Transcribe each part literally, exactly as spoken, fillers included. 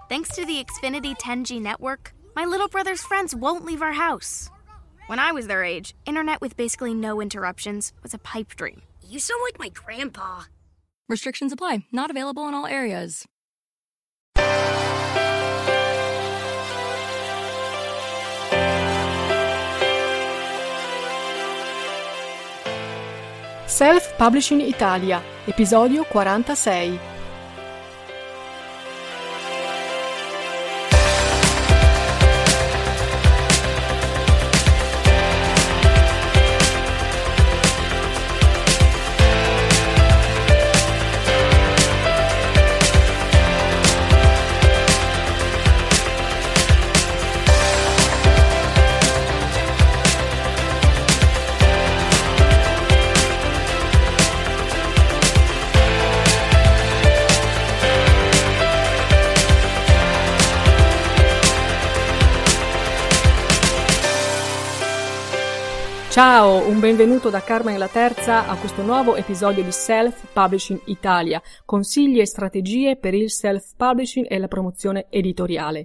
Thanks to the Xfinity ten G network, my little brother's friends won't leave our house. When I was their age, internet with basically no interruptions was a pipe dream. You sound like my grandpa. Restrictions apply. Not available in all areas. Self Publishing Italia, episodio quarantasei. Ciao, un benvenuto da Carmen la Terza a questo nuovo episodio di Self Publishing Italia, consigli e strategie per il self-publishing e la promozione editoriale.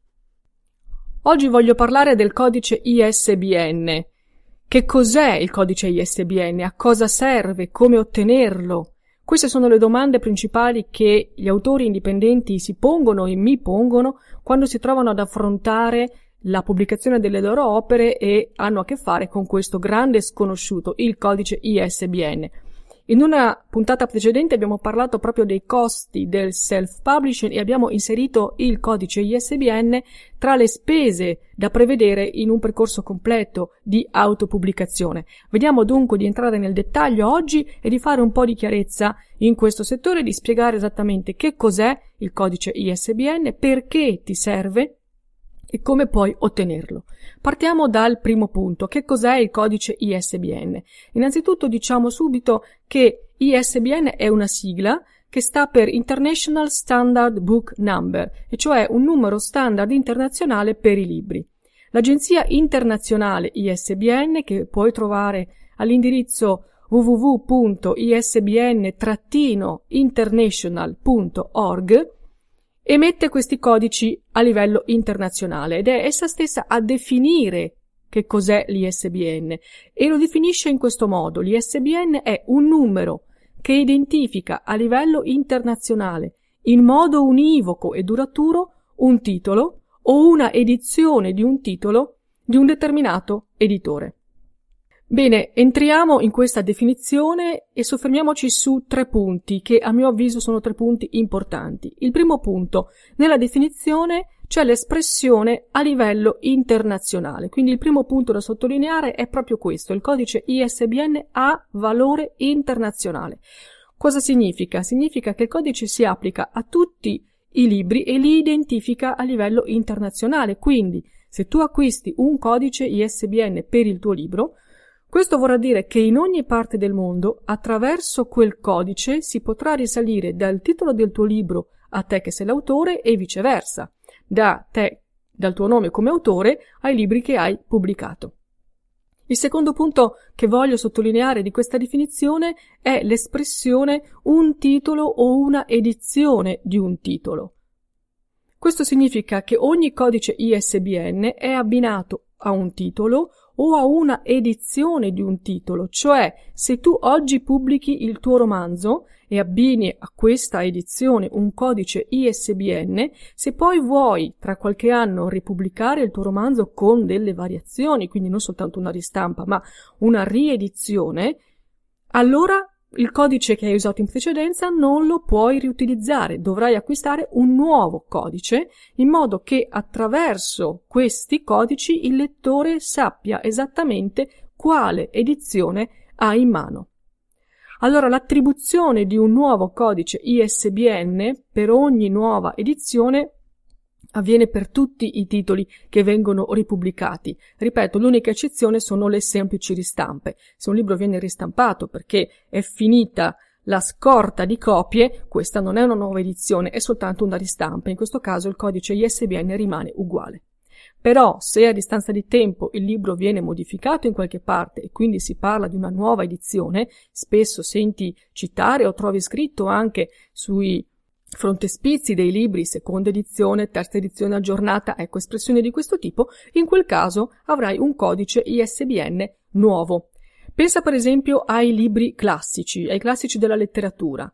Oggi voglio parlare del codice I S B N. Che cos'è il codice I S B N? A cosa serve? Come ottenerlo? Queste sono le domande principali che gli autori indipendenti si pongono e mi pongono quando si trovano ad affrontare la pubblicazione delle loro opere e hanno a che fare con questo grande sconosciuto, il codice I S B N. In una puntata precedente abbiamo parlato proprio dei costi del self-publishing e abbiamo inserito il codice I S B N tra le spese da prevedere in un percorso completo di autopubblicazione. Vediamo dunque di entrare nel dettaglio oggi e di fare un po' di chiarezza in questo settore, di spiegare esattamente che cos'è il codice I S B N, perché ti serve e come puoi ottenerlo. Partiamo dal primo punto. Che cos'è il codice I S B N? Innanzitutto diciamo subito che I S B N è una sigla che sta per International Standard Book Number, e cioè un numero standard internazionale per i libri. L'agenzia internazionale I S B N, che puoi trovare all'indirizzo w w w punto i s b n trattino international punto org, emette questi codici a livello internazionale ed è essa stessa a definire che cos'è l'I S B N e lo definisce in questo modo. L'I S B N è un numero che identifica a livello internazionale in modo univoco e duraturo un titolo o una edizione di un titolo di un determinato editore. Bene, entriamo in questa definizione e soffermiamoci su tre punti che a mio avviso sono tre punti importanti. Il primo punto, nella definizione c'è l'espressione a livello internazionale, quindi il primo punto da sottolineare è proprio questo: il codice I S B N ha valore internazionale. Cosa significa? Significa che il codice si applica a tutti i libri e li identifica a livello internazionale, quindi se tu acquisti un codice I S B N per il tuo libro, questo vorrà dire che in ogni parte del mondo, attraverso quel codice, si potrà risalire dal titolo del tuo libro a te che sei l'autore e viceversa, da te, dal tuo nome come autore, ai libri che hai pubblicato. Il secondo punto che voglio sottolineare di questa definizione è l'espressione un titolo o una edizione di un titolo. Questo significa che ogni codice I S B N è abbinato a un titolo o a una edizione di un titolo, cioè se tu oggi pubblichi il tuo romanzo e abbini a questa edizione un codice I S B N, se poi vuoi tra qualche anno ripubblicare il tuo romanzo con delle variazioni, quindi non soltanto una ristampa ma una riedizione, allora il codice che hai usato in precedenza non lo puoi riutilizzare, dovrai acquistare un nuovo codice in modo che attraverso questi codici il lettore sappia esattamente quale edizione ha in mano. Allora l'attribuzione di un nuovo codice I S B N per ogni nuova edizione avviene per tutti i titoli che vengono ripubblicati. Ripeto, l'unica eccezione sono le semplici ristampe. Se un libro viene ristampato perché è finita la scorta di copie, questa non è una nuova edizione, è soltanto una ristampa. In questo caso il codice I S B N rimane uguale. Però, se a distanza di tempo il libro viene modificato in qualche parte e quindi si parla di una nuova edizione, spesso senti citare o trovi scritto anche sui frontespizi dei libri, seconda edizione, terza edizione aggiornata, ecco, espressioni di questo tipo, in quel caso avrai un codice I S B N nuovo. Pensa per esempio ai libri classici, ai classici della letteratura.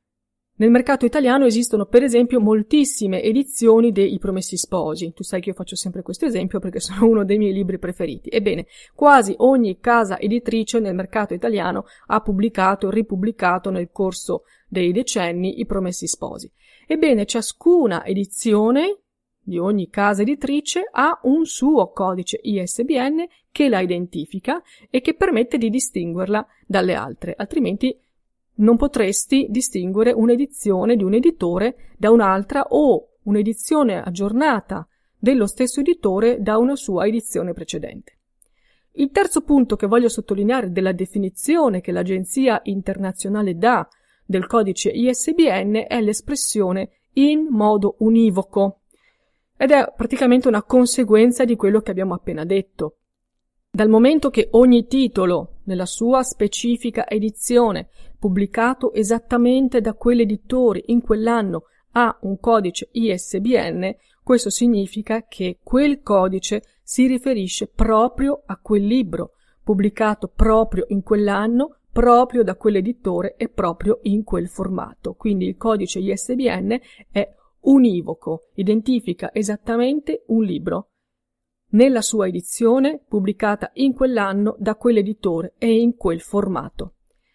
Nel mercato italiano esistono per esempio moltissime edizioni dei I Promessi Sposi. Tu sai che io faccio sempre questo esempio perché sono uno dei miei libri preferiti. Ebbene, quasi ogni casa editrice nel mercato italiano ha pubblicato e ripubblicato nel corso dei decenni I Promessi Sposi. Ebbene, ciascuna edizione di ogni casa editrice ha un suo codice I S B N che la identifica e che permette di distinguerla dalle altre, altrimenti non potresti distinguere un'edizione di un editore da un'altra o un'edizione aggiornata dello stesso editore da una sua edizione precedente. Il terzo punto che voglio sottolineare della definizione che l'Agenzia internazionale dà del codice I S B N è l'espressione in modo univoco ed è praticamente una conseguenza di quello che abbiamo appena detto. Dal momento che ogni titolo, nella sua specifica edizione, pubblicato esattamente da quell'editore in quell'anno, ha un codice I S B N, questo significa che quel codice si riferisce proprio a quel libro, pubblicato proprio in quell'anno, proprio da quell'editore e proprio in quel formato. Quindi il codice I S B N è univoco, identifica esattamente un libro nella sua edizione pubblicata in quell'anno da quell'editore e in quel formato.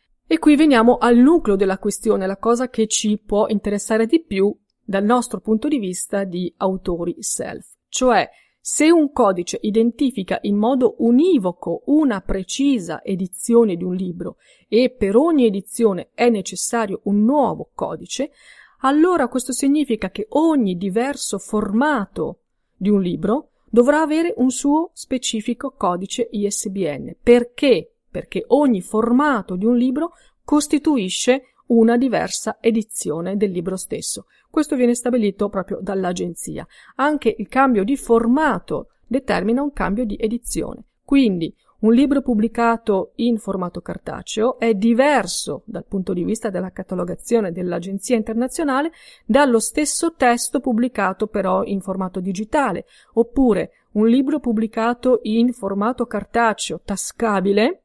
E qui veniamo al nucleo della questione, la cosa che ci può interessare di più dal nostro punto di vista di autori self, cioè se un codice identifica in modo univoco una precisa edizione di un libro e per ogni edizione è necessario un nuovo codice, allora questo significa che ogni diverso formato di un libro dovrà avere un suo specifico codice I S B N. Perché? Perché ogni formato di un libro costituisce una diversa edizione del libro stesso. Questo viene stabilito proprio dall'agenzia. Anche il cambio di formato determina un cambio di edizione. Quindi un libro pubblicato in formato cartaceo è diverso dal punto di vista della catalogazione dell'Agenzia internazionale dallo stesso testo pubblicato però in formato digitale, oppure un libro pubblicato in formato cartaceo tascabile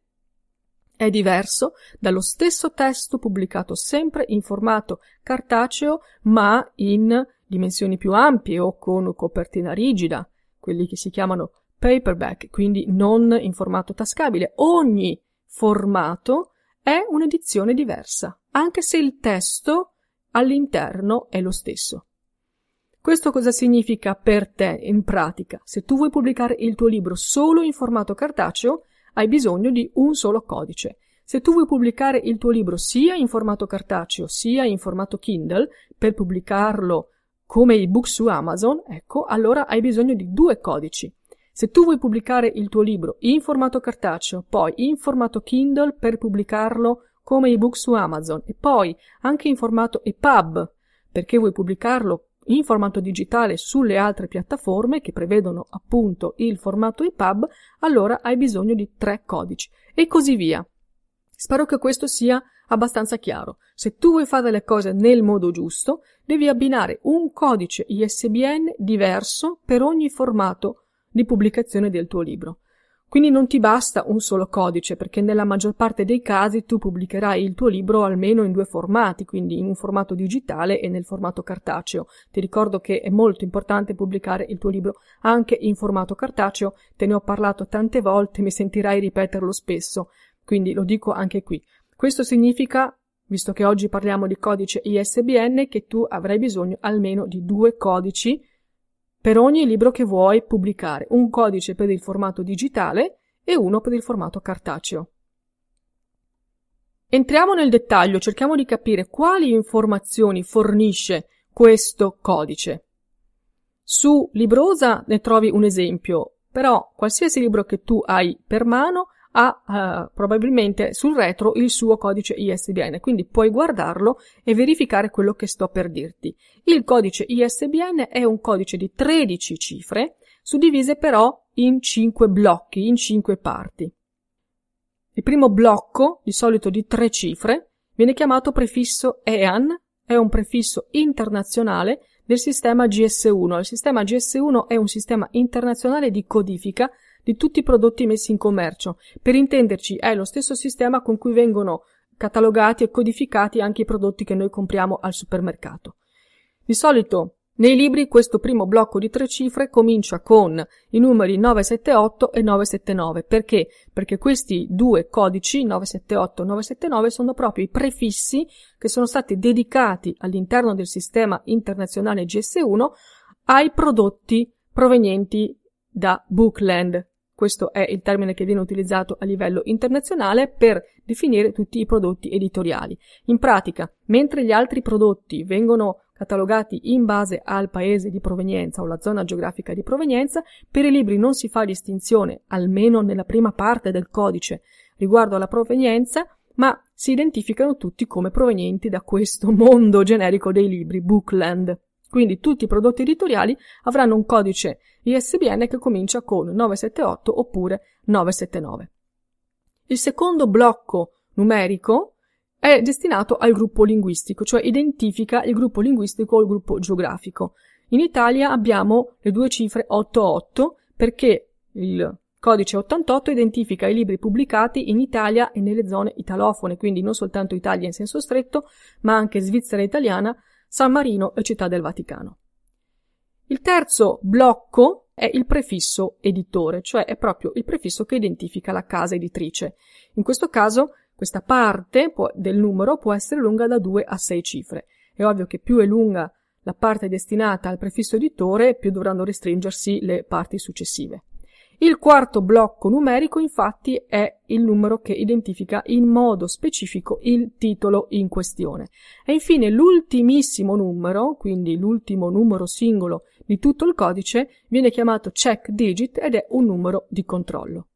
è diverso dallo stesso testo pubblicato sempre in formato cartaceo ma in dimensioni più ampie o con copertina rigida, quelli che si chiamano paperback, quindi non in formato tascabile. Ogni formato è un'edizione diversa, anche se il testo all'interno è lo stesso. Questo cosa significa per te in pratica? Se tu vuoi pubblicare il tuo libro solo in formato cartaceo, hai bisogno di un solo codice. Se tu vuoi pubblicare il tuo libro sia in formato cartaceo sia in formato Kindle, per pubblicarlo come ebook su Amazon, ecco, allora hai bisogno di due codici. Se tu vuoi pubblicare il tuo libro in formato cartaceo, poi in formato Kindle per pubblicarlo come ebook su Amazon e poi anche in formato E P U B perché vuoi pubblicarlo in formato digitale sulle altre piattaforme che prevedono appunto il formato E P U B, allora hai bisogno di tre codici e così via. Spero che questo sia abbastanza chiaro. Se tu vuoi fare le cose nel modo giusto, devi abbinare un codice I S B N diverso per ogni formato di pubblicazione del tuo libro. Quindi non ti basta un solo codice, perché nella maggior parte dei casi tu pubblicherai il tuo libro almeno in due formati, quindi in un formato digitale e nel formato cartaceo. Ti ricordo che è molto importante pubblicare il tuo libro anche in formato cartaceo, te ne ho parlato tante volte, mi sentirai ripeterlo spesso, quindi lo dico anche qui. Questo significa, visto che oggi parliamo di codice I S B N, che tu avrai bisogno almeno di due codici per ogni libro che vuoi pubblicare, un codice per il formato digitale e uno per il formato cartaceo. Entriamo nel dettaglio, cerchiamo di capire quali informazioni fornisce questo codice. Su Librosa ne trovi un esempio, però qualsiasi libro che tu hai per mano ha uh, probabilmente sul retro il suo codice I S B N, quindi puoi guardarlo e verificare quello che sto per dirti. Il codice I S B N è un codice di tredici cifre, suddivise però in cinque blocchi, in cinque parti. Il primo blocco, di solito di tre cifre, viene chiamato prefisso E A N è un prefisso internazionale del sistema G S uno. Il sistema G S uno è un sistema internazionale di codifica di tutti i prodotti messi in commercio. Per intenderci, è lo stesso sistema con cui vengono catalogati e codificati anche i prodotti che noi compriamo al supermercato. Di solito nei libri questo primo blocco di tre cifre comincia con i numeri nove sette otto e nove sette nove. Perché? Perché questi due codici, nove sette otto e nove sette nove, sono proprio i prefissi che sono stati dedicati all'interno del sistema internazionale G S uno ai prodotti provenienti da Bookland. Questo è il termine che viene utilizzato a livello internazionale per definire tutti i prodotti editoriali. In pratica, mentre gli altri prodotti vengono catalogati in base al paese di provenienza o la zona geografica di provenienza, per i libri non si fa distinzione, almeno nella prima parte del codice, riguardo alla provenienza, ma si identificano tutti come provenienti da questo mondo generico dei libri, Bookland. Quindi tutti i prodotti editoriali avranno un codice I S B N che comincia con nove sette otto oppure nove sette nove. Il secondo blocco numerico è destinato al gruppo linguistico, cioè identifica il gruppo linguistico o il gruppo geografico. In Italia abbiamo le due cifre otto otto perché il codice ottantotto identifica i libri pubblicati in Italia e nelle zone italofone, quindi non soltanto Italia in senso stretto, ma anche Svizzera italiana, San Marino e Città del Vaticano. Il terzo blocco è il prefisso editore, cioè è proprio il prefisso che identifica la casa editrice. In questo caso questa parte può, del numero può essere lunga da due a sei cifre. È ovvio che più è lunga la parte destinata al prefisso editore, più dovranno restringersi le parti successive. Il quarto blocco numerico, infatti, è il numero che identifica in modo specifico il titolo in questione. E infine l'ultimissimo numero, quindi l'ultimo numero singolo di tutto il codice, viene chiamato check digit ed è un numero di controllo.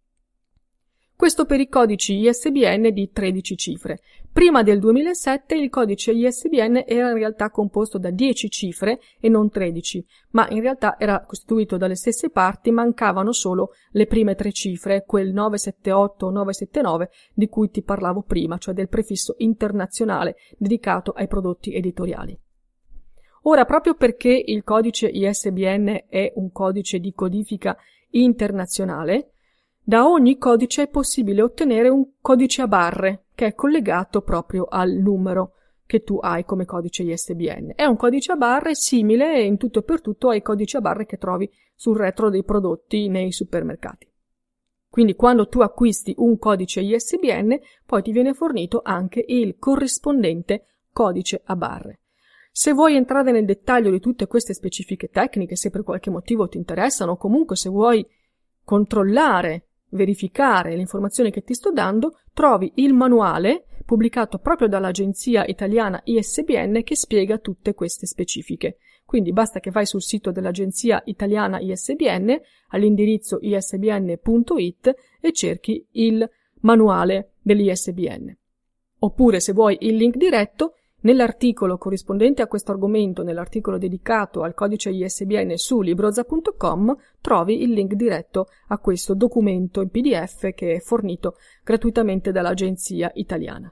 Questo per i codici I S B N di tredici cifre. Prima del duemilasette il codice I S B N era in realtà composto da dieci cifre e non tredici, ma in realtà era costituito dalle stesse parti, mancavano solo le prime tre cifre, quel nove sette otto o nove sette nove di cui ti parlavo prima, cioè del prefisso internazionale dedicato ai prodotti editoriali. Ora, proprio perché il codice I S B N è un codice di codifica internazionale, da ogni codice è possibile ottenere un codice a barre che è collegato proprio al numero che tu hai come codice I S B N. È un codice a barre simile in tutto e per tutto ai codici a barre che trovi sul retro dei prodotti nei supermercati. Quindi quando tu acquisti un codice I S B N, poi ti viene fornito anche il corrispondente codice a barre. Se vuoi entrare nel dettaglio di tutte queste specifiche tecniche, se per qualche motivo ti interessano, o comunque se vuoi controllare, verificare le informazioni che ti sto dando, trovi il manuale pubblicato proprio dall'agenzia italiana I S B N che spiega tutte queste specifiche. Quindi basta che vai sul sito dell'agenzia italiana I S B N all'indirizzo i s b n punto i t e cerchi il manuale dell'I S B N. Oppure, se vuoi il link diretto, nell'articolo corrispondente a questo argomento, nell'articolo dedicato al codice I S B N su libroza punto com, trovi il link diretto a questo documento in P D F che è fornito gratuitamente dall'agenzia italiana.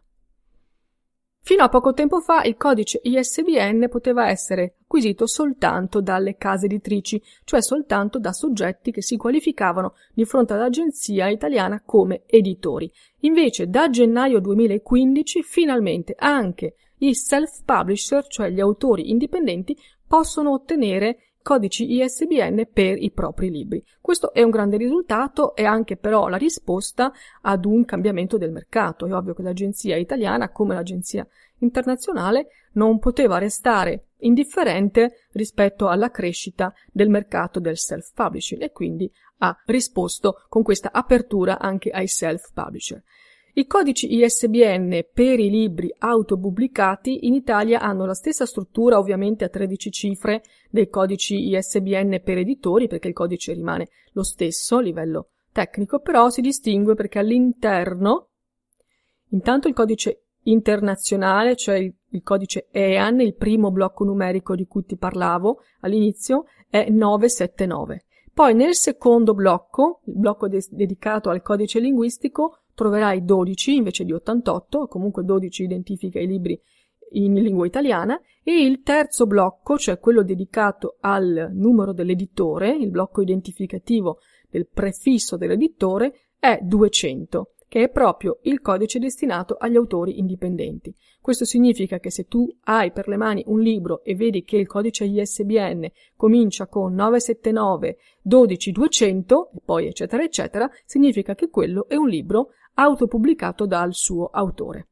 Fino a poco tempo fa il codice I S B N poteva essere acquisito soltanto dalle case editrici, cioè soltanto da soggetti che si qualificavano di fronte all'agenzia italiana come editori. Invece da gennaio duemilaquindici finalmente anche i self-publisher, cioè gli autori indipendenti, possono ottenere codici I S B N per i propri libri. Questo è un grande risultato, è anche però la risposta ad un cambiamento del mercato. È ovvio che l'agenzia italiana, come l'agenzia internazionale, non poteva restare indifferente rispetto alla crescita del mercato del self-publishing e quindi ha risposto con questa apertura anche ai self-publisher. I codici I S B N per i libri autopubblicati in Italia hanno la stessa struttura, ovviamente a tredici cifre, dei codici I S B N per editori, perché il codice rimane lo stesso a livello tecnico, però si distingue perché all'interno, intanto il codice internazionale, cioè il, il codice E A N, il primo blocco numerico di cui ti parlavo all'inizio, è nove sette nove. Poi nel secondo blocco, il blocco de- dedicato al codice linguistico, troverai dodici invece di ottantotto, o comunque dodici identifica i libri in lingua italiana, e il terzo blocco, cioè quello dedicato al numero dell'editore, il blocco identificativo del prefisso dell'editore, è duecento, che è proprio il codice destinato agli autori indipendenti. Questo significa che se tu hai per le mani un libro e vedi che il codice I S B N comincia con nove sette nove uno due duecento, e poi eccetera eccetera, significa che quello è un libro autopubblicato dal suo autore.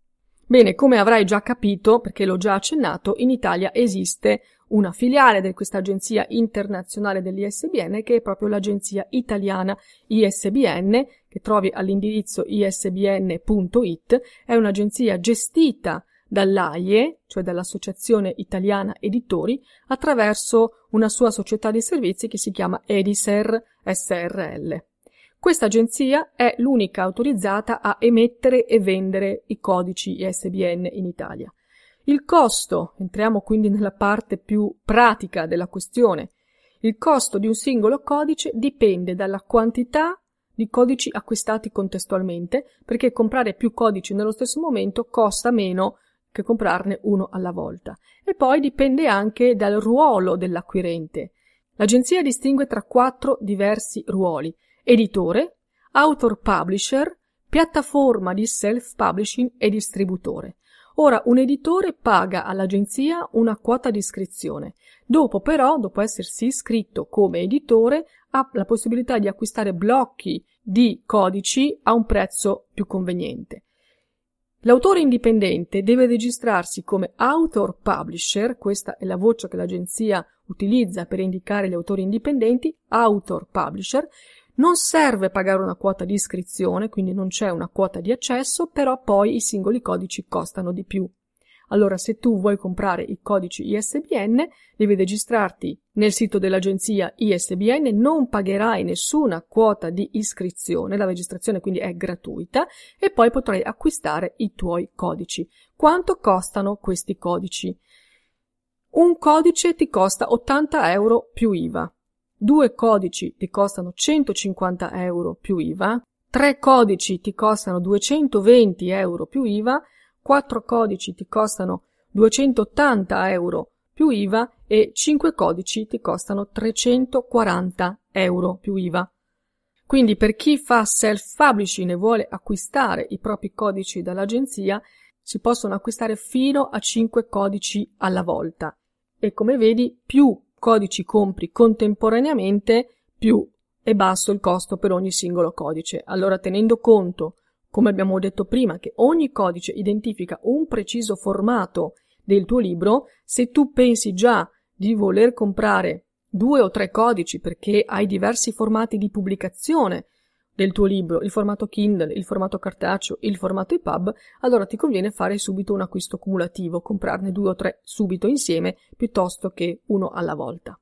Bene, come avrai già capito, perché l'ho già accennato, in Italia esiste una filiale di questa agenzia internazionale dell'I S B N, che è proprio l'agenzia italiana I S B N, che trovi all'indirizzo i s b n punto i t. È un'agenzia gestita dall'A I E, cioè dall'Associazione Italiana Editori, attraverso una sua società di servizi che si chiama Ediser S R L. Questa agenzia è l'unica autorizzata a emettere e vendere i codici I S B N in Italia. Il costo, entriamo quindi nella parte più pratica della questione, il costo di un singolo codice dipende dalla quantità di codici acquistati contestualmente, perché comprare più codici nello stesso momento costa meno che comprarne uno alla volta. E poi dipende anche dal ruolo dell'acquirente. L'agenzia distingue tra quattro diversi ruoli: editore, author publisher, piattaforma di self-publishing e distributore. Ora, un editore paga all'agenzia una quota di iscrizione. Dopo però, dopo essersi iscritto come editore, ha la possibilità di acquistare blocchi di codici a un prezzo più conveniente. L'autore indipendente deve registrarsi come author publisher, questa è la voce che l'agenzia utilizza per indicare gli autori indipendenti, author publisher. Non serve pagare una quota di iscrizione, quindi non c'è una quota di accesso, però poi i singoli codici costano di più. Allora, se tu vuoi comprare i codici I S B N, devi registrarti nel sito dell'agenzia I S B N, non pagherai nessuna quota di iscrizione, la registrazione quindi è gratuita, e poi potrai acquistare i tuoi codici. Quanto costano questi codici? Un codice ti costa ottanta euro più I V A. Due codici ti costano centocinquanta euro più I V A, tre codici ti costano duecentoventi euro più I V A, quattro codici ti costano duecentottanta euro più I V A e cinque codici ti costano trecentoquaranta euro più I V A. Quindi per chi fa self-publishing e vuole acquistare i propri codici dall'agenzia, si possono acquistare fino a cinque codici alla volta. E come vedi, più codici compri contemporaneamente, più è basso il costo per ogni singolo codice. Allora, tenendo conto, come abbiamo detto prima, che ogni codice identifica un preciso formato del tuo libro, se tu pensi già di voler comprare due o tre codici perché hai diversi formati di pubblicazione del tuo libro, il formato Kindle, il formato cartaceo, il formato E P U B, allora ti conviene fare subito un acquisto cumulativo, comprarne due o tre subito insieme piuttosto che uno alla volta.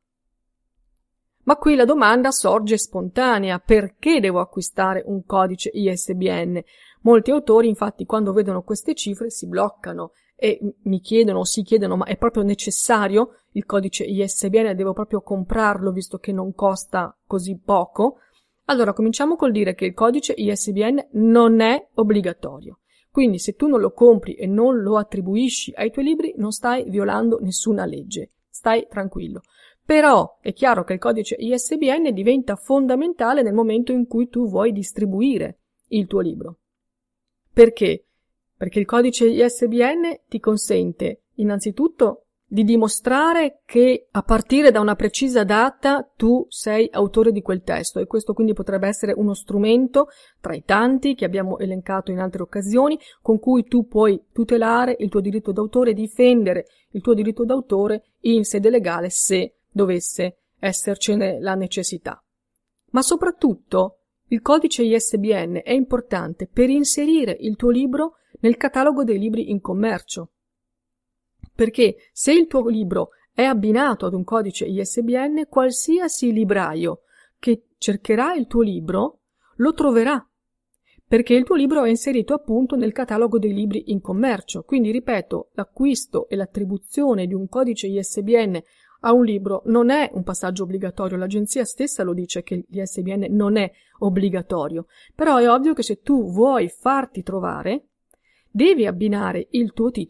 Ma qui la domanda sorge spontanea: perché devo acquistare un codice I S B N? Molti autori infatti quando vedono queste cifre si bloccano e mi chiedono o si chiedono: ma è proprio necessario il codice I S B N? Devo proprio comprarlo visto che non costa così poco? Allora, cominciamo col dire che il codice I S B N non è obbligatorio. Quindi, se tu non lo compri e non lo attribuisci ai tuoi libri, non stai violando nessuna legge. Stai tranquillo. Però è chiaro che il codice I S B N diventa fondamentale nel momento in cui tu vuoi distribuire il tuo libro. Perché? Perché il codice I S B N ti consente innanzitutto di dimostrare che a partire da una precisa data tu sei autore di quel testo, e questo quindi potrebbe essere uno strumento tra i tanti che abbiamo elencato in altre occasioni con cui tu puoi tutelare il tuo diritto d'autore e difendere il tuo diritto d'autore in sede legale se dovesse essercene la necessità. Ma soprattutto il codice I S B N è importante per inserire il tuo libro nel catalogo dei libri in commercio. Perché se il tuo libro è abbinato ad un codice I S B N, qualsiasi libraio che cercherà il tuo libro lo troverà, perché il tuo libro è inserito appunto nel catalogo dei libri in commercio. Quindi, ripeto, l'acquisto e l'attribuzione di un codice I S B N a un libro non è un passaggio obbligatorio. L'agenzia stessa lo dice che l'I S B N non è obbligatorio, però è ovvio che se tu vuoi farti trovare, devi abbinare il tuo titolo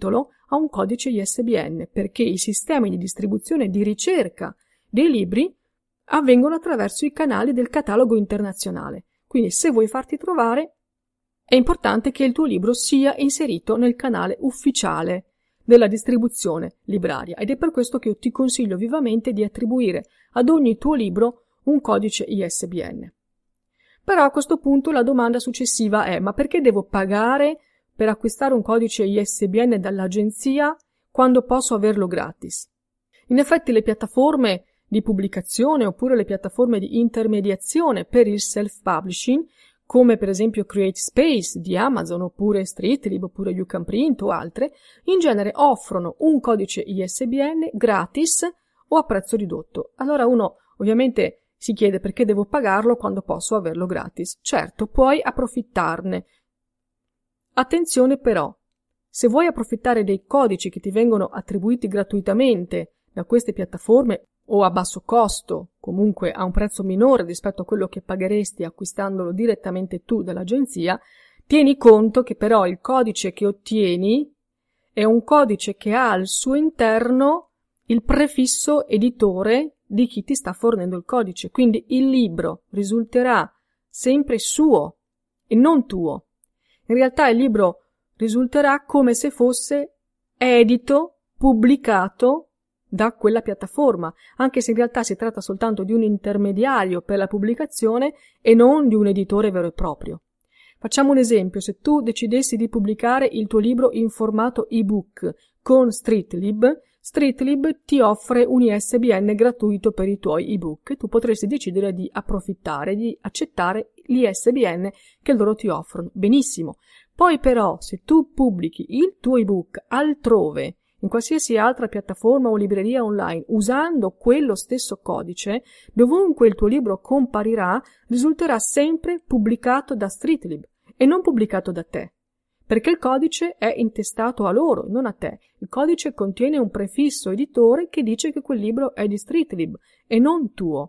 a un codice I S B N, perché i sistemi di distribuzione e di ricerca dei libri avvengono attraverso i canali del catalogo internazionale. Quindi se vuoi farti trovare è importante che il tuo libro sia inserito nel canale ufficiale della distribuzione libraria, ed è per questo che io ti consiglio vivamente di attribuire ad ogni tuo libro un codice I S B N. Però a questo punto la domanda successiva è: ma perché devo pagare per acquistare un codice I S B N dall'agenzia quando posso averlo gratis? In effetti le piattaforme di pubblicazione oppure le piattaforme di intermediazione per il self-publishing, come per esempio CreateSpace di Amazon oppure StreetLib oppure You Can Print o altre, in genere offrono un codice I S B N gratis o a prezzo ridotto. Allora uno ovviamente si chiede: perché devo pagarlo quando posso averlo gratis? Certo, puoi approfittarne. Attenzione però, se vuoi approfittare dei codici che ti vengono attribuiti gratuitamente da queste piattaforme o a basso costo, comunque a un prezzo minore rispetto a quello che pagheresti acquistandolo direttamente tu dall'agenzia, tieni conto che però il codice che ottieni è un codice che ha al suo interno il prefisso editore di chi ti sta fornendo il codice, quindi il libro risulterà sempre suo e non tuo. In realtà il libro risulterà come se fosse edito, pubblicato da quella piattaforma, anche se in realtà si tratta soltanto di un intermediario per la pubblicazione e non di un editore vero e proprio. Facciamo un esempio: se tu decidessi di pubblicare il tuo libro in formato ebook con StreetLib, StreetLib ti offre un I S B N gratuito per i tuoi ebook. Tu potresti decidere di approfittare, di accettare l'I S B N che loro ti offrono. Benissimo. Poi però, se tu pubblichi il tuo ebook altrove, in qualsiasi altra piattaforma o libreria online, usando quello stesso codice, dovunque il tuo libro comparirà, risulterà sempre pubblicato da StreetLib e non pubblicato da te, perché il codice è intestato a loro, non a te. Il codice contiene un prefisso editore che dice che quel libro è di StreetLib e non tuo.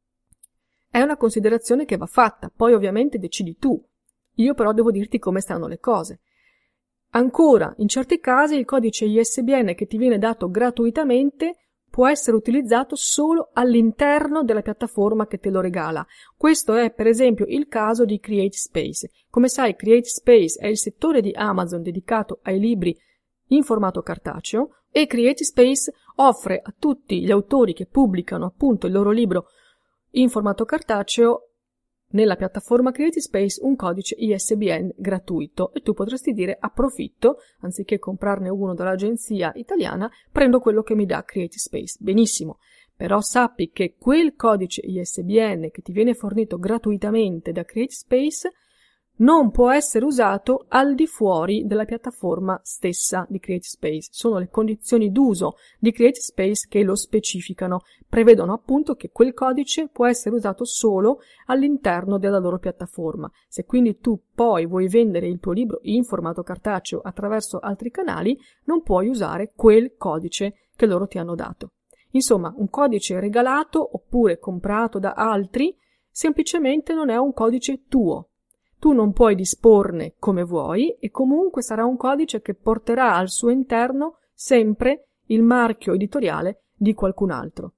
È una considerazione che va fatta, poi ovviamente decidi tu. Io però devo dirti come stanno le cose. Ancora, in certi casi il codice I S B N che ti viene dato gratuitamente può essere utilizzato solo all'interno della piattaforma che te lo regala. Questo è per esempio il caso di CreateSpace. Come sai, CreateSpace è il settore di Amazon dedicato ai libri in formato cartaceo e CreateSpace offre a tutti gli autori che pubblicano appunto il loro libro in formato cartaceo nella piattaforma CreateSpace un codice I S B N gratuito, e tu potresti dire: approfitto, anziché comprarne uno dall'agenzia italiana, prendo quello che mi dà CreateSpace. Benissimo, però sappi che quel codice I S B N che ti viene fornito gratuitamente da CreateSpace non può essere usato al di fuori della piattaforma stessa di CreateSpace. Sono le condizioni d'uso di CreateSpace che lo specificano, prevedono appunto che quel codice può essere usato solo all'interno della loro piattaforma. Se quindi tu poi vuoi vendere il tuo libro in formato cartaceo attraverso altri canali, non puoi usare quel codice che loro ti hanno dato. Insomma, un codice regalato oppure comprato da altri semplicemente non è un codice tuo. Tu non puoi disporne come vuoi e comunque sarà un codice che porterà al suo interno sempre il marchio editoriale di qualcun altro.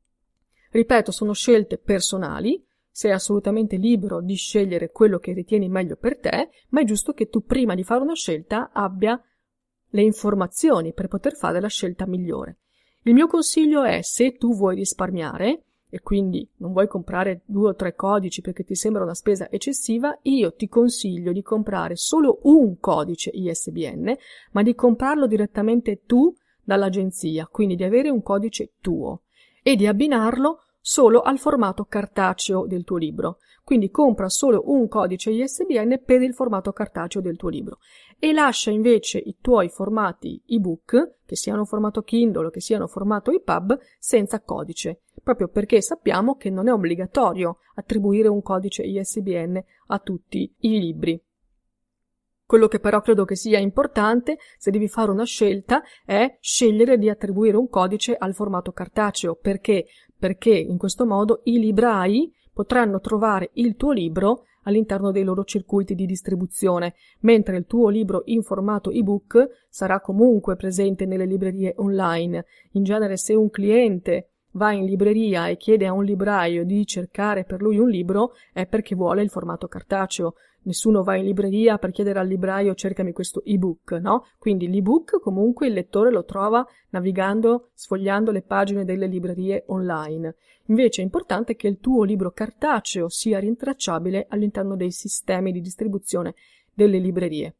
Ripeto, sono scelte personali, sei assolutamente libero di scegliere quello che ritieni meglio per te, ma è giusto che tu prima di fare una scelta abbia le informazioni per poter fare la scelta migliore. Il mio consiglio è: se tu vuoi risparmiare e quindi non vuoi comprare due o tre codici perché ti sembra una spesa eccessiva, io ti consiglio di comprare solo un codice I S B N, ma di comprarlo direttamente tu dall'agenzia, quindi di avere un codice tuo e di abbinarlo solo al formato cartaceo del tuo libro. Quindi compra solo un codice I S B N per il formato cartaceo del tuo libro e lascia invece i tuoi formati ebook, che siano formato Kindle o che siano formato E P U B, senza codice, proprio perché sappiamo che non è obbligatorio attribuire un codice I S B N a tutti i libri. Quello che però credo che sia importante, se devi fare una scelta, è scegliere di attribuire un codice al formato cartaceo. Perché? Perché in questo modo i librai potranno trovare il tuo libro all'interno dei loro circuiti di distribuzione, mentre il tuo libro in formato ebook sarà comunque presente nelle librerie online. In genere, se un cliente va in libreria e chiede a un libraio di cercare per lui un libro, è perché vuole il formato cartaceo. Nessuno va in libreria per chiedere al libraio cercami questo ebook, no? Quindi l'ebook comunque il lettore lo trova navigando, sfogliando le pagine delle librerie online. Invece è importante che il tuo libro cartaceo sia rintracciabile all'interno dei sistemi di distribuzione delle librerie.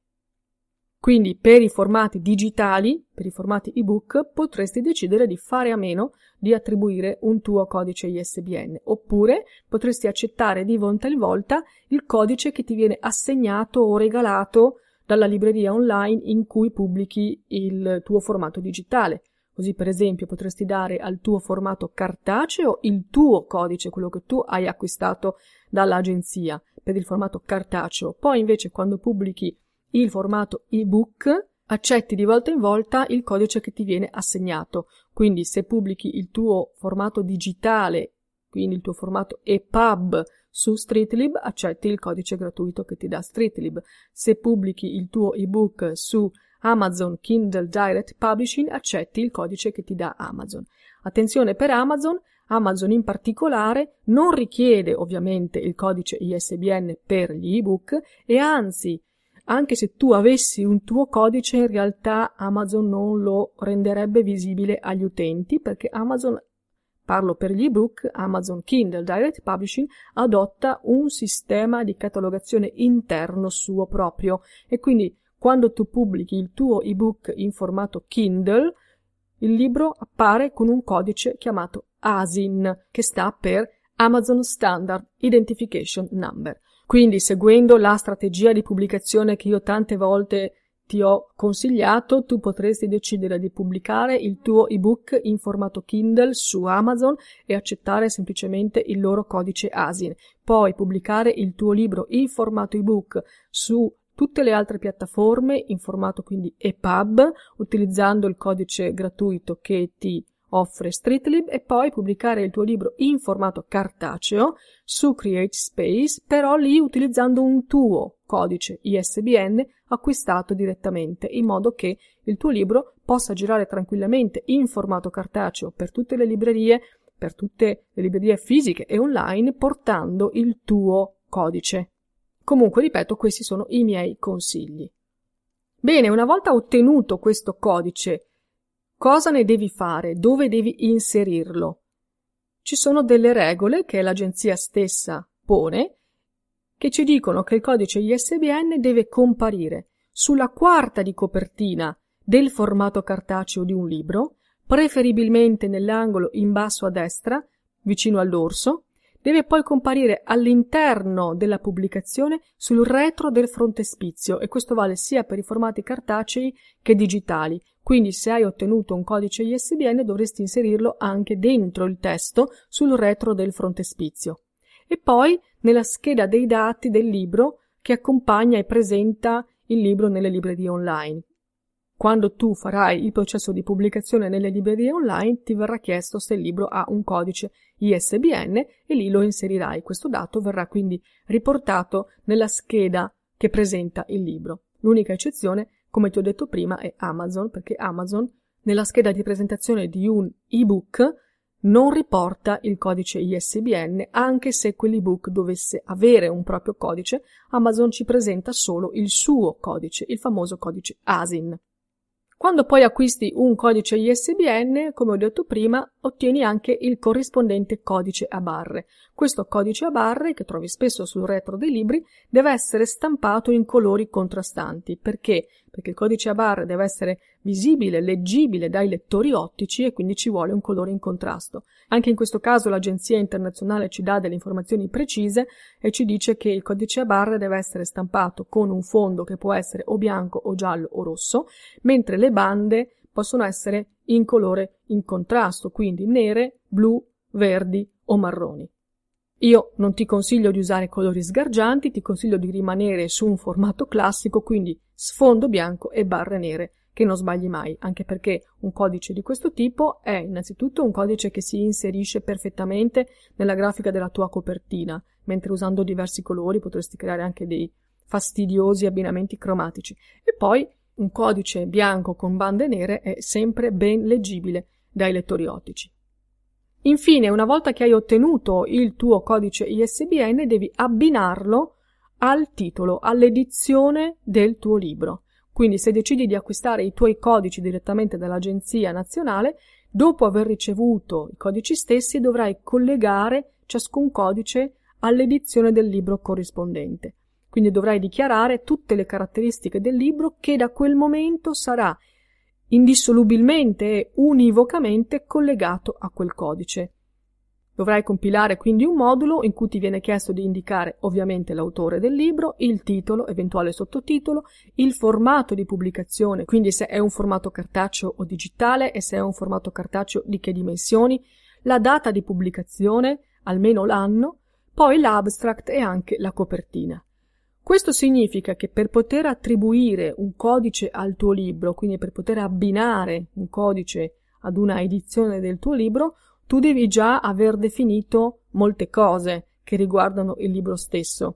Quindi per i formati digitali, per i formati ebook, potresti decidere di fare a meno di attribuire un tuo codice I S B N, oppure potresti accettare di volta in volta il codice che ti viene assegnato o regalato dalla libreria online in cui pubblichi il tuo formato digitale. Così, per esempio, potresti dare al tuo formato cartaceo il tuo codice, quello che tu hai acquistato dall'agenzia per il formato cartaceo. Poi invece quando pubblichi il formato ebook accetti di volta in volta il codice che ti viene assegnato. Quindi se pubblichi il tuo formato digitale, quindi il tuo formato E P U B su Streetlib, accetti il codice gratuito che ti dà Streetlib. Se pubblichi il tuo ebook su Amazon Kindle Direct Publishing, accetti il codice che ti dà Amazon. Attenzione per Amazon, Amazon in particolare non richiede ovviamente il codice I S B N per gli ebook e anzi, anche se tu avessi un tuo codice, in realtà Amazon non lo renderebbe visibile agli utenti, perché Amazon, parlo per gli ebook, Amazon Kindle Direct Publishing adotta un sistema di catalogazione interno suo proprio e quindi quando tu pubblichi il tuo ebook in formato Kindle, il libro appare con un codice chiamato A S I N, che sta per Amazon Standard Identification Number. Quindi, seguendo la strategia di pubblicazione che io tante volte ti ho consigliato, tu potresti decidere di pubblicare il tuo ebook in formato Kindle su Amazon e accettare semplicemente il loro codice A S I N. Poi pubblicare il tuo libro in formato ebook su tutte le altre piattaforme in formato quindi E P U B, utilizzando il codice gratuito che ti offre Streetlib, e poi pubblicare il tuo libro in formato cartaceo su CreateSpace, però lì utilizzando un tuo codice I S B N acquistato direttamente, in modo che il tuo libro possa girare tranquillamente in formato cartaceo per tutte le librerie, per tutte le librerie fisiche e online, portando il tuo codice. Comunque, ripeto, questi sono i miei consigli. Bene, una volta ottenuto questo codice, cosa ne devi fare? Dove devi inserirlo? Ci sono delle regole che l'agenzia stessa pone che ci dicono che il codice I S B N deve comparire sulla quarta di copertina del formato cartaceo di un libro, preferibilmente nell'angolo in basso a destra, vicino al dorso. Deve poi comparire all'interno della pubblicazione sul retro del frontespizio, e questo vale sia per i formati cartacei che digitali. Quindi se hai ottenuto un codice I S B N dovresti inserirlo anche dentro il testo sul retro del frontespizio. E poi nella scheda dei dati del libro che accompagna e presenta il libro nelle librerie online. Quando tu farai il processo di pubblicazione nelle librerie online ti verrà chiesto se il libro ha un codice I S B N e lì lo inserirai. Questo dato verrà quindi riportato nella scheda che presenta il libro. L'unica eccezione, come ti ho detto prima, è Amazon, perché Amazon nella scheda di presentazione di un ebook non riporta il codice I S B N, anche se quell'ebook dovesse avere un proprio codice. Amazon ci presenta solo il suo codice, il famoso codice A S I N. Quando poi acquisti un codice I S B N, come ho detto prima, ottieni anche il corrispondente codice a barre. Questo codice a barre, che trovi spesso sul retro dei libri, deve essere stampato in colori contrastanti. Perché? Perché il codice a barre deve essere visibile, leggibile dai lettori ottici e quindi ci vuole un colore in contrasto. Anche in questo caso l'agenzia internazionale ci dà delle informazioni precise e ci dice che il codice a barre deve essere stampato con un fondo che può essere o bianco o giallo o rosso, mentre le bande possono essere in colore in contrasto, quindi nere, blu, verdi o marroni. Io non ti consiglio di usare colori sgargianti, ti consiglio di rimanere su un formato classico, quindi sfondo bianco e barre nere, che non sbagli mai, anche perché un codice di questo tipo è innanzitutto un codice che si inserisce perfettamente nella grafica della tua copertina, mentre usando diversi colori potresti creare anche dei fastidiosi abbinamenti cromatici. E poi un codice bianco con bande nere è sempre ben leggibile dai lettori ottici. Infine, una volta che hai ottenuto il tuo codice I S B N, devi abbinarlo al titolo, all'edizione del tuo libro. Quindi se decidi di acquistare i tuoi codici direttamente dall'Agenzia Nazionale, dopo aver ricevuto i codici stessi dovrai collegare ciascun codice all'edizione del libro corrispondente. Quindi dovrai dichiarare tutte le caratteristiche del libro che da quel momento sarà indissolubilmente e univocamente collegato a quel codice. Dovrai compilare quindi un modulo in cui ti viene chiesto di indicare ovviamente l'autore del libro, il titolo, eventuale sottotitolo, il formato di pubblicazione, quindi se è un formato cartaceo o digitale e se è un formato cartaceo di che dimensioni, la data di pubblicazione, almeno l'anno, poi l'abstract e anche la copertina. Questo significa che per poter attribuire un codice al tuo libro, quindi per poter abbinare un codice ad una edizione del tuo libro, tu devi già aver definito molte cose che riguardano il libro stesso,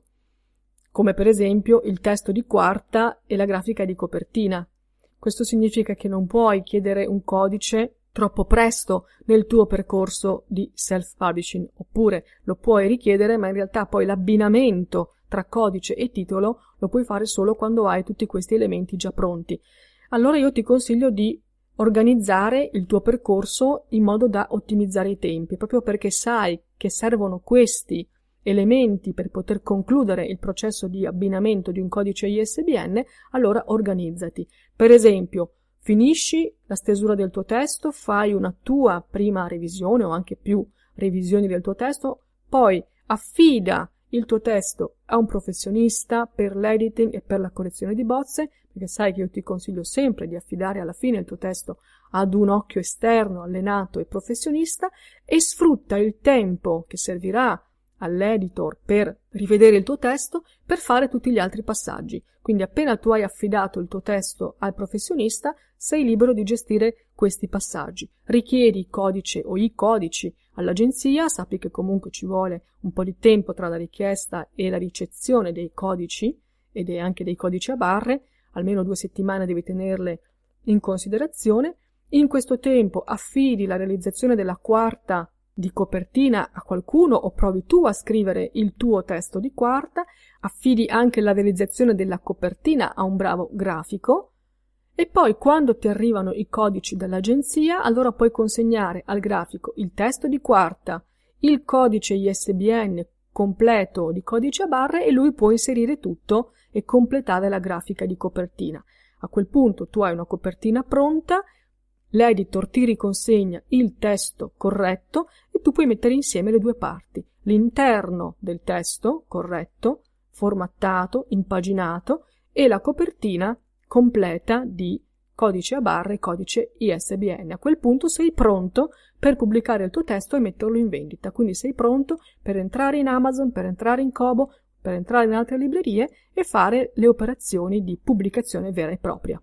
come per esempio il testo di quarta e la grafica di copertina. Questo significa che non puoi chiedere un codice troppo presto nel tuo percorso di self-publishing, oppure lo puoi richiedere, ma in realtà poi l'abbinamento tra codice e titolo lo puoi fare solo quando hai tutti questi elementi già pronti. Allora io ti consiglio di organizzare il tuo percorso in modo da ottimizzare i tempi, proprio perché sai che servono questi elementi per poter concludere il processo di abbinamento di un codice I S B N, allora organizzati. Per esempio, finisci la stesura del tuo testo, fai una tua prima revisione o anche più revisioni del tuo testo, poi affida il tuo testo a un professionista per l'editing e per la correzione di bozze, perché sai che io ti consiglio sempre di affidare alla fine il tuo testo ad un occhio esterno, allenato e professionista, e sfrutta il tempo che servirà all'editor per rivedere il tuo testo per fare tutti gli altri passaggi. Quindi appena tu hai affidato il tuo testo al professionista, sei libero di gestire questi passaggi. Richiedi il codice o i codici all'agenzia, sappi che comunque ci vuole un po' di tempo tra la richiesta e la ricezione dei codici ed anche dei codici a barre, almeno due settimane devi tenerle in considerazione. In questo tempo affidi la realizzazione della quarta di copertina a qualcuno o provi tu a scrivere il tuo testo di quarta, affidi anche la realizzazione della copertina a un bravo grafico e poi quando ti arrivano i codici dall'agenzia allora puoi consegnare al grafico il testo di quarta, il codice I S B N completo di codice a barre e lui può inserire tutto e completare la grafica di copertina. A quel punto tu hai una copertina pronta, l'editor ti riconsegna il testo corretto e tu puoi mettere insieme le due parti, l'interno del testo corretto, formattato, impaginato e la copertina completa di codice a barre e codice I S B N. A quel punto sei pronto per pubblicare il tuo testo e metterlo in vendita, quindi sei pronto per entrare in Amazon, per entrare in Kobo, per entrare in altre librerie e fare le operazioni di pubblicazione vera e propria.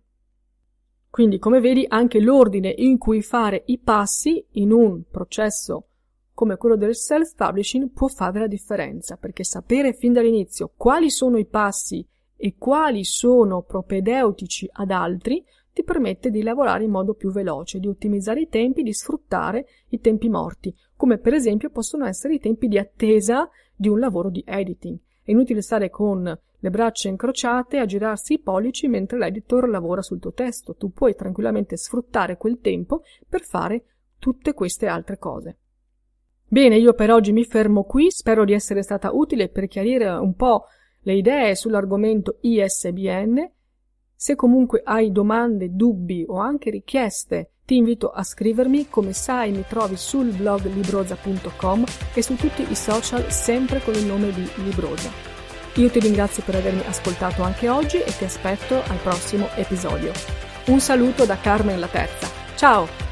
Quindi, come vedi, anche l'ordine in cui fare i passi in un processo come quello del self-publishing può fare la differenza, perché sapere fin dall'inizio quali sono i passi e quali sono propedeutici ad altri ti permette di lavorare in modo più veloce, di ottimizzare i tempi, di sfruttare i tempi morti, come per esempio possono essere i tempi di attesa di un lavoro di editing. È inutile stare con le braccia incrociate a girarsi i pollici mentre l'editor lavora sul tuo testo. Tu puoi tranquillamente sfruttare quel tempo per fare tutte queste altre cose. Bene, io per oggi mi fermo qui, spero di essere stata utile per chiarire un po' le idee sull'argomento I S B N. Se comunque hai domande, dubbi o anche richieste, ti invito a scrivermi. Come sai, mi trovi sul blog libroza punto com e su tutti i social sempre con il nome di Libroza. Io ti ringrazio per avermi ascoltato anche oggi e ti aspetto al prossimo episodio. Un saluto da Carmen la Terza. Ciao!